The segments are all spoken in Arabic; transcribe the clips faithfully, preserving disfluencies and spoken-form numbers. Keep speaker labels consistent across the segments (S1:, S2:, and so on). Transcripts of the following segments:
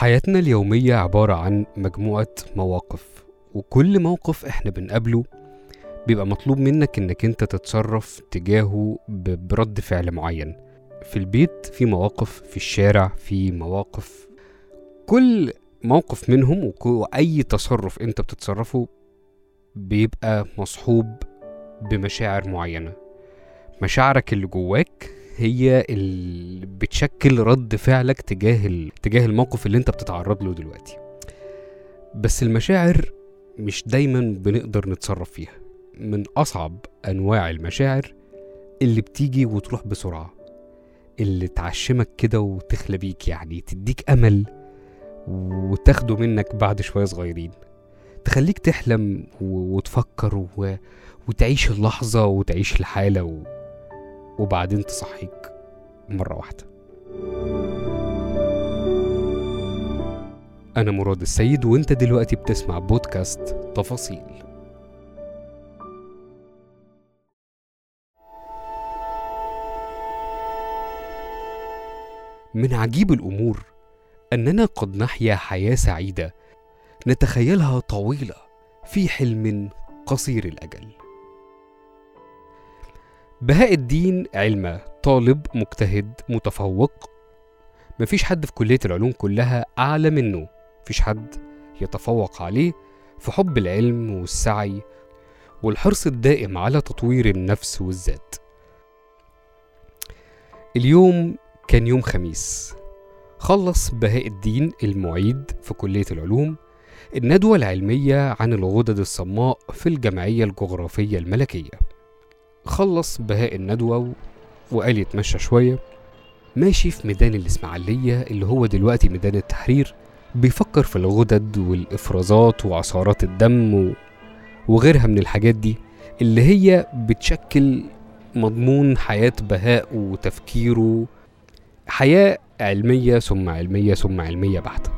S1: حياتنا اليومية عبارة عن مجموعة مواقف، وكل موقف احنا بنقابله بيبقى مطلوب منك انك انت تتصرف تجاهه ب- برد فعل معين. في البيت في مواقف، في الشارع في مواقف، كل موقف منهم وك- وأي تصرف انت بتتصرفه بيبقى مصحوب بمشاعر معينة. مشاعرك اللي جواك هي اللي بتشكل رد فعلك تجاه ال... تجاه الموقف اللي انت بتتعرض له دلوقتي. بس المشاعر مش دايما بنقدر نتصرف فيها. من أصعب أنواع المشاعر اللي بتيجي وتروح بسرعة، اللي تعشمك كده وتخلى بيك، يعني تديك أمل وتاخده منك بعد شوية صغيرين، تخليك تحلم و... وتفكر و... وتعيش اللحظة وتعيش الحالة و... وبعدين تصحيك مرة واحدة. أنا مراد السيد، وإنت دلوقتي بتسمع بودكاست تفاصيل. من عجيب الأمور أننا قد نحيا حياة سعيدة نتخيلها طويلة في حلم قصير الأجل. بهاء الدين علمة، طالب مجتهد متفوق، مفيش حد في كلية العلوم كلها أعلى منه، مفيش حد يتفوق عليه في حب العلم والسعي والحرص الدائم على تطوير النفس والذات. اليوم كان يوم خميس، خلص بهاء الدين المعيد في كلية العلوم الندوة العلمية عن الغدد الصماء في الجمعية الجغرافية الملكية. خلص بهاء الندوة وقال يتمشى شوية، ماشي في ميدان الإسماعيلية اللي هو دلوقتي ميدان التحرير، بيفكر في الغدد والإفرازات وعصارات الدم وغيرها من الحاجات دي اللي هي بتشكل مضمون حياة بهاء وتفكيره، حياة علمية ثم علمية ثم علمية بحتة.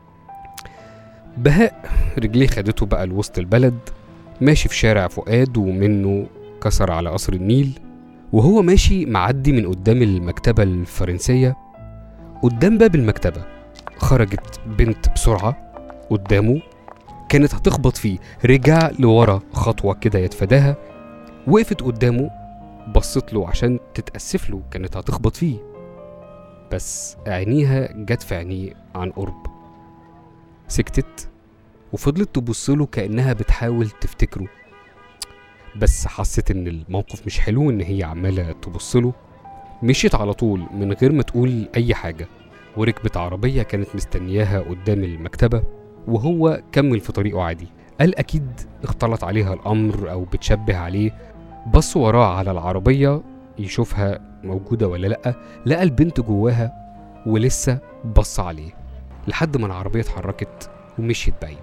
S1: بهاء رجليه خدته بقى لوسط البلد، ماشي في شارع فؤاد ومنه كسر على قصر النيل، وهو ماشي معدي من قدام المكتبة الفرنسية. قدام باب المكتبة خرجت بنت بسرعة قدامه، كانت هتخبط فيه، رجع لورا خطوة كده يتفاداها، وقفت قدامه بصت له عشان تتأسف له، كانت هتخبط فيه، بس عينيها جت في عينيه عن قرب، سكتت وفضلت تبصله كأنها بتحاول تفتكره، بس حست ان الموقف مش حلو ان هي عمالة تبصله. مشيت على طول من غير ما تقول اي حاجة، وركبت عربية كانت مستنياها قدام المكتبة، وهو كمل في طريقه عادي. قال اكيد اختلط عليها الامر او بتشبه عليه، بص وراه على العربية يشوفها موجودة ولا لأ، لقى البنت جواها ولسه بص عليه لحد ما العربية اتحركت ومشيت بعيد.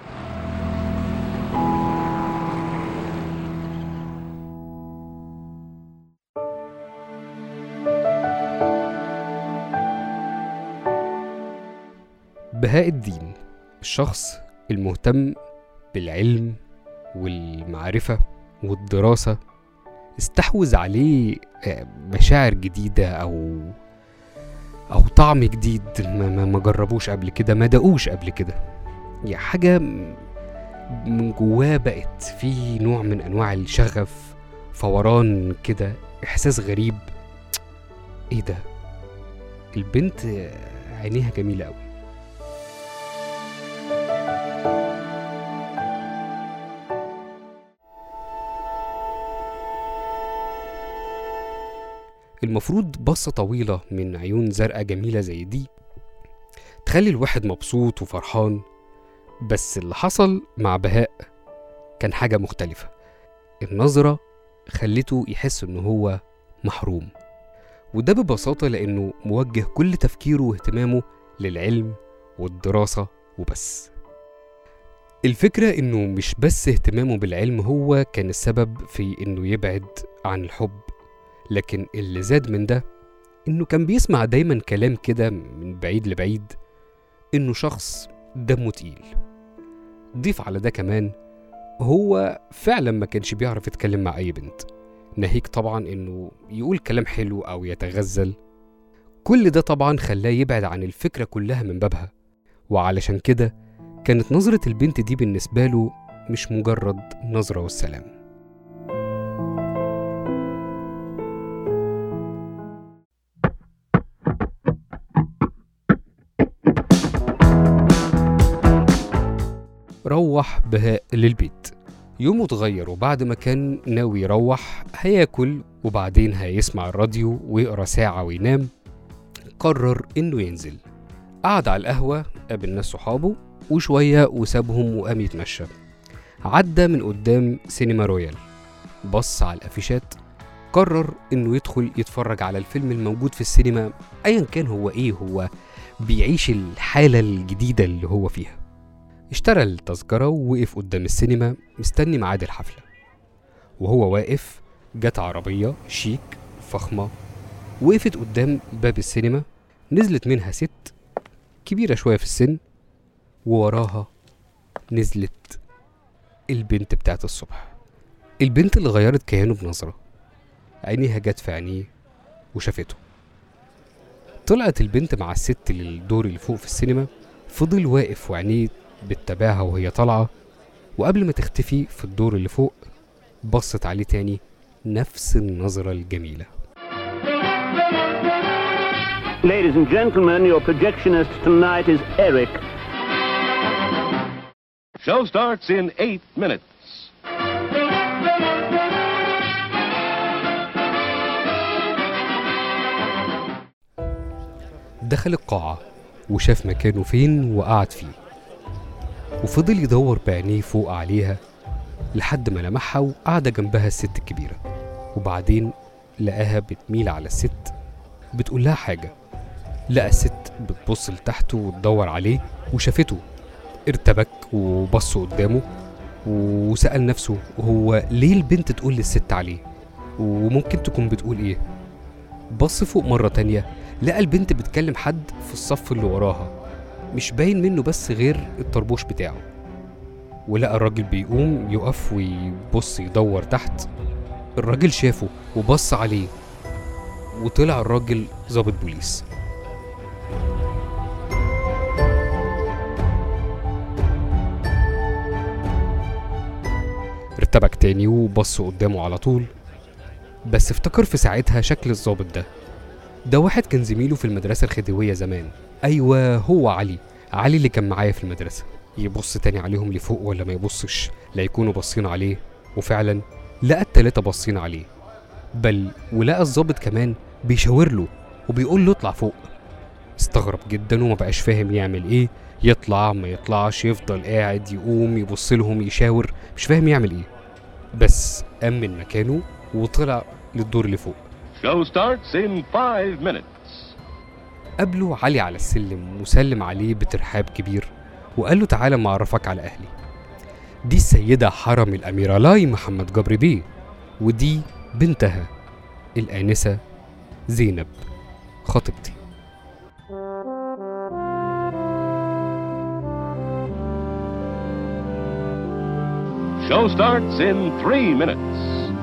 S1: بهاء الدين الشخص المهتم بالعلم والمعرفة والدراسة استحوذ عليه مشاعر جديدة أو أو طعم جديد ما, ما جربوش قبل كده، ما دقوش قبل كده، يعني حاجة من جواه بقت في نوع من أنواع الشغف، فوران كده، إحساس غريب. إيه ده؟ البنت عينيها جميلة أوي. المفروض بصة طويلة من عيون زرقاء جميلة زي دي تخلي الواحد مبسوط وفرحان، بس اللي حصل مع بهاء كان حاجة مختلفة. النظرة خلته يحس انه هو محروم، وده ببساطة لانه موجه كل تفكيره واهتمامه للعلم والدراسة وبس. الفكرة انه مش بس اهتمامه بالعلم هو كان السبب في انه يبعد عن الحب، لكن اللي زاد من ده انه كان بيسمع دايما كلام كده من بعيد لبعيد انه شخص دمه تقيل. ضيف على ده كمان هو فعلا ما كانش بيعرف يتكلم مع اي بنت، ناهيك طبعا انه يقول كلام حلو او يتغزل. كل ده طبعا خلاه يبعد عن الفكرة كلها من بابها، وعلشان كده كانت نظرة البنت دي بالنسبة له مش مجرد نظرة والسلام. روح بهاء للبيت. يومه اتغير، وبعد ما كان ناوي يروح هياكل وبعدين هيسمع الراديو ويقرا ساعة وينام، قرر انه ينزل. قعد على القهوة، قابل ناس صحابه وشوية وسابهم وقام يتمشى. عدى من قدام سينما رويال، بص على الافيشات، قرر انه يدخل يتفرج على الفيلم الموجود في السينما ايا كان هو ايه، هو بيعيش الحالة الجديدة اللي هو فيها. اشترى التذكرة ووقف قدام السينما مستني ميعاد الحفلة. وهو واقف جت عربية شيك فخمة وقفت قدام باب السينما، نزلت منها ست كبيرة شوية في السن، ووراها نزلت البنت بتاعت الصبح، البنت اللي غيرت كيانه بنظرة. عينيها جت في عينيه وشافته. طلعت البنت مع الست للدور اللي فوق في السينما، فضل واقف وعينيه بتتابعها وهي طالعة، وقبل ما تختفي في الدور اللي فوق بصت عليه تاني نفس النظرة الجميلة.
S2: Ladies and gentlemen, your projectionist tonight is Eric.
S3: Show starts in eight minutes.
S1: دخل القاعة وشاف مكانه فين وقعد فيه، وفضل يدور بعينيه فوق عليها لحد ما لمحها وقعد جنبها الست الكبيرة. وبعدين لقاها بتميل على الست بتقول لها حاجة. لقى الست بتبص لتحته وتدور عليه وشافته، ارتبك وبص قدامه وسأل نفسه هو ليه البنت تقول للست عليه وممكن تكون بتقول ايه. بص فوق مرة تانية، لقى البنت بتكلم حد في الصف اللي وراها مش باين منه بس غير الطربوش بتاعه. ولقى الراجل بيقوم يقف ويبص يدور تحت. الراجل شافه وبص عليه، وطلع الراجل ضابط بوليس. ارتبك تاني وبص قدامه على طول، بس افتكر في ساعتها شكل الضابط ده ده واحد كان زميله في المدرسة الخديوية زمان. ايوه هو علي علي اللي كان معايا في المدرسة. يبص تاني عليهم لفوق ولا ما يبصش لا يكونوا باصين عليه، وفعلا لقى التلاتة باصين عليه، بل ولقى الضابط كمان بيشاور له وبيقول له اطلع فوق. استغرب جدا وما بقاش فاهم يعمل ايه، يطلع ما يطلعش، يفضل قاعد يقوم يبص لهم يشاور، مش فاهم يعمل ايه. بس قام من مكانه وطلع للدور اللي فوق.
S3: Show starts in five minutes.
S1: قابله علي على السلم وسلم عليه بترحاب كبير وقال له تعالى ما اعرفك على اهلي. دي السيدة حرم الاميرة لاي محمد جبر بيه، ودي بنتها الآنسة زينب خطيبتي.
S3: Show starts in three minutes.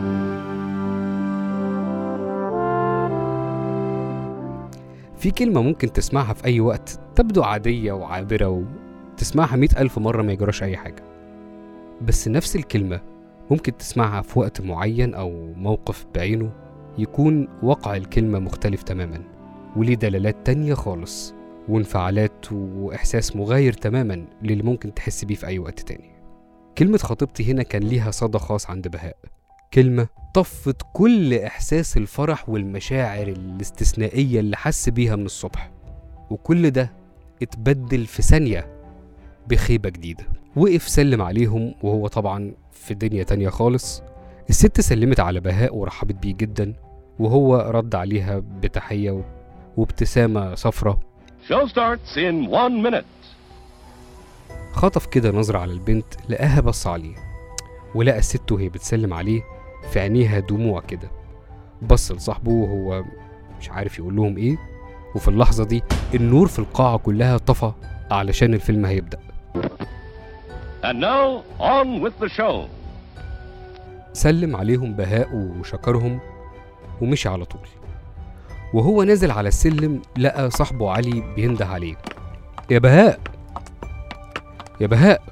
S1: في كلمة ممكن تسمعها في أي وقت تبدو عادية وعابرة وتسمعها مئة ألف مرة ما يجراش أي حاجة، بس نفس الكلمة ممكن تسمعها في وقت معين أو موقف بعينه يكون وقع الكلمة مختلف تماما وليه دلالات تانية خالص وانفعالات وإحساس مغاير تماما للي ممكن تحس بيه في أي وقت تاني. كلمة خطيبتي هنا كان ليها صدى خاص عند بهاء، كلمة طفت كل إحساس الفرح والمشاعر الاستثنائية اللي حس بيها من الصبح، وكل ده اتبدل في ثانية بخيبة جديدة. وقف سلم عليهم وهو طبعا في دنيا تانية خالص. الست سلمت على بهاء ورحبت بيه جدا، وهو رد عليها بتحية وابتسامة صفرة.
S3: Show starts in one minute.
S1: خطف كده نظرة على البنت، لقاها بص عليه، ولقى الست وهي بتسلم عليه في عينيها دموع كده. بص لصاحبه وهو مش عارف يقول لهم ايه، وفي اللحظة دي النور في القاعة كلها طفى علشان الفيلم هيبدأ.
S3: And now on with the show.
S1: سلم عليهم بهاء وشكرهم ومشي على طول. وهو نازل على السلم لقى صاحبه علي بينده عليه، يا بهاء يا بهاء،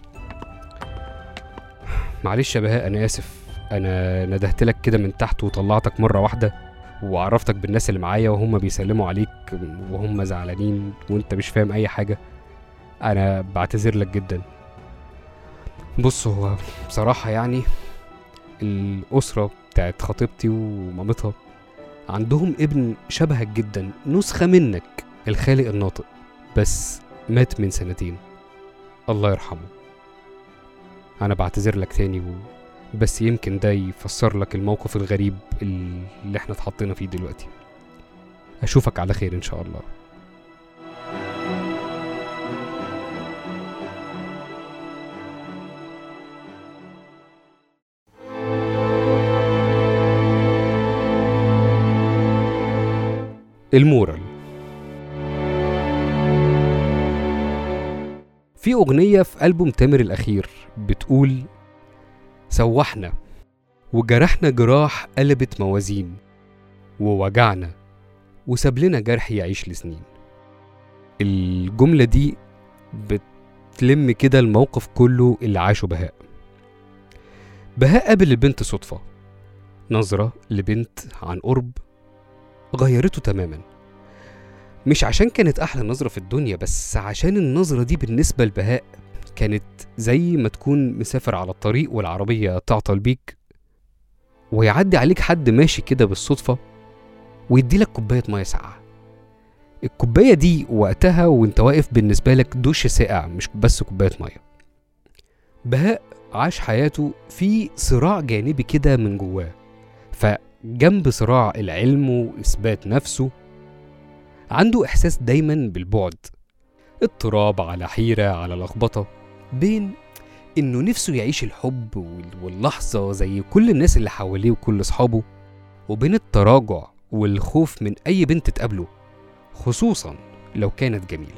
S1: معلش يا بهاء، انا اسف، انا ندهت لك كده من تحت وطلعتك مره واحده وعرفتك بالناس اللي معايا وهم بيسلموا عليك وهم زعلانين وانت مش فاهم اي حاجه. انا بعتذر لك جدا. بص، هو بصراحه يعني الاسره بتاعت خطيبتي ومامتها عندهم ابن شبهك جدا، نسخه منك، الخالق الناطق، بس مات من سنتين، الله يرحمه. انا بعتذر لك تاني و... بس يمكن ده يفسر لك الموقف الغريب اللي احنا اتحطينا فيه دلوقتي. اشوفك على خير ان شاء الله. المورال. في أغنية في ألبوم تامر الأخير بتقول: سوحنا وجرحنا جراح قلبت موازين، ووجعنا وسابلنا جرح يعيش لسنين. الجملة دي بتلم كده الموقف كله اللي عاشه بهاء. بهاء قابل البنت صدفة، نظرة لبنت عن قرب غيرته تماما، مش عشان كانت أحلى نظرة في الدنيا، بس عشان النظرة دي بالنسبة لبهاء كانت زي ما تكون مسافر على الطريق والعربية تعطل بيك ويعدي عليك حد ماشي كده بالصدفة ويديلك كوباية مية ساقعة. الكوباية دي وقتها وانت واقف بالنسبة لك دوش ساقع، مش بس كوباية مية. بهاء عاش حياته في صراع جانبي كده من جواه، فجنب صراع العلم وإثبات نفسه عنده إحساس دايما بالبعد، اضطراب على حيرة على لخبطة بين إنه نفسه يعيش الحب واللحظة زي كل الناس اللي حواليه وكل أصحابه، وبين التراجع والخوف من أي بنت تقابله، خصوصا لو كانت جميلة.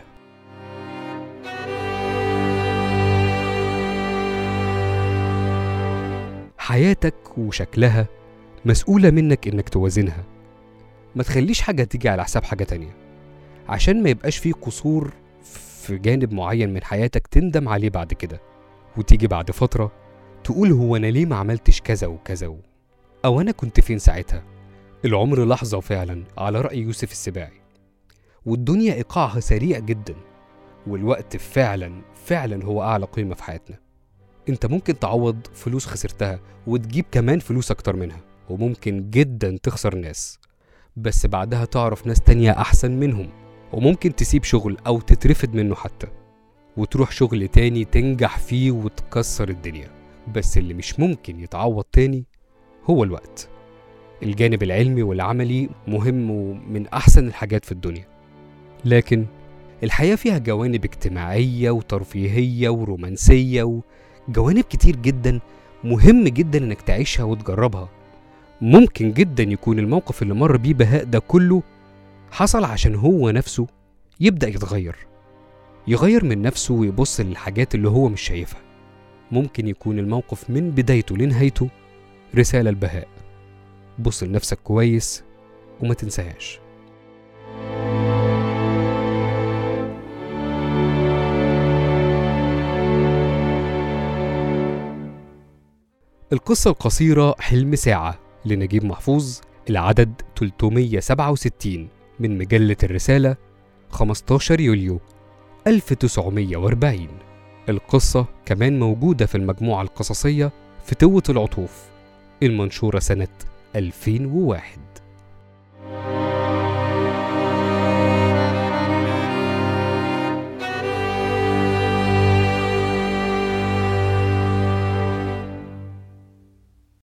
S1: حياتك وشكلها مسؤولة منك إنك توازنها، ما تخليش حاجة تيجي على حساب حاجة تانية، عشان ما يبقاش فيه قصور في جانب معين من حياتك تندم عليه بعد كده، وتيجي بعد فترة تقول هو أنا ليه ما عملتش كذا وكذا و... أو أنا كنت فين ساعتها. العمر لحظة فعلا على رأي يوسف السباعي، والدنيا إيقاعها سريع جدا، والوقت فعلا فعلا هو أعلى قيمة في حياتنا. انت ممكن تعوض فلوس خسرتها وتجيب كمان فلوس أكتر منها، وممكن جدا تخسر ناس بس بعدها تعرف ناس تانية أحسن منهم، وممكن تسيب شغل أو تترفد منه حتى وتروح شغل تاني تنجح فيه وتكسر الدنيا. بس اللي مش ممكن يتعوض تاني هو الوقت. الجانب العلمي والعملي مهم ومن أحسن الحاجات في الدنيا، لكن الحياة فيها جوانب اجتماعية وترفيهية ورومانسية وجوانب كتير جدا مهم جدا انك تعيشها وتجربها. ممكن جدا يكون الموقف اللي مر بيه بهاء ده كله حصل عشان هو نفسه يبدأ يتغير، يغير من نفسه ويبص للحاجات اللي هو مش شايفها. ممكن يكون الموقف من بدايته لنهايته رسالة لبهاء: بص لنفسك كويس وما تنساهاش. القصة القصيرة حلم ساعة لنجيب محفوظ، العدد ثلاثمية وسبعة وستين، من مجلة الرسالة، خمستاشر يوليو ألف وتسعمية وأربعين. القصة كمان موجودة في المجموعة القصصية فتوة العطوف المنشورة سنة ألفين وواحد.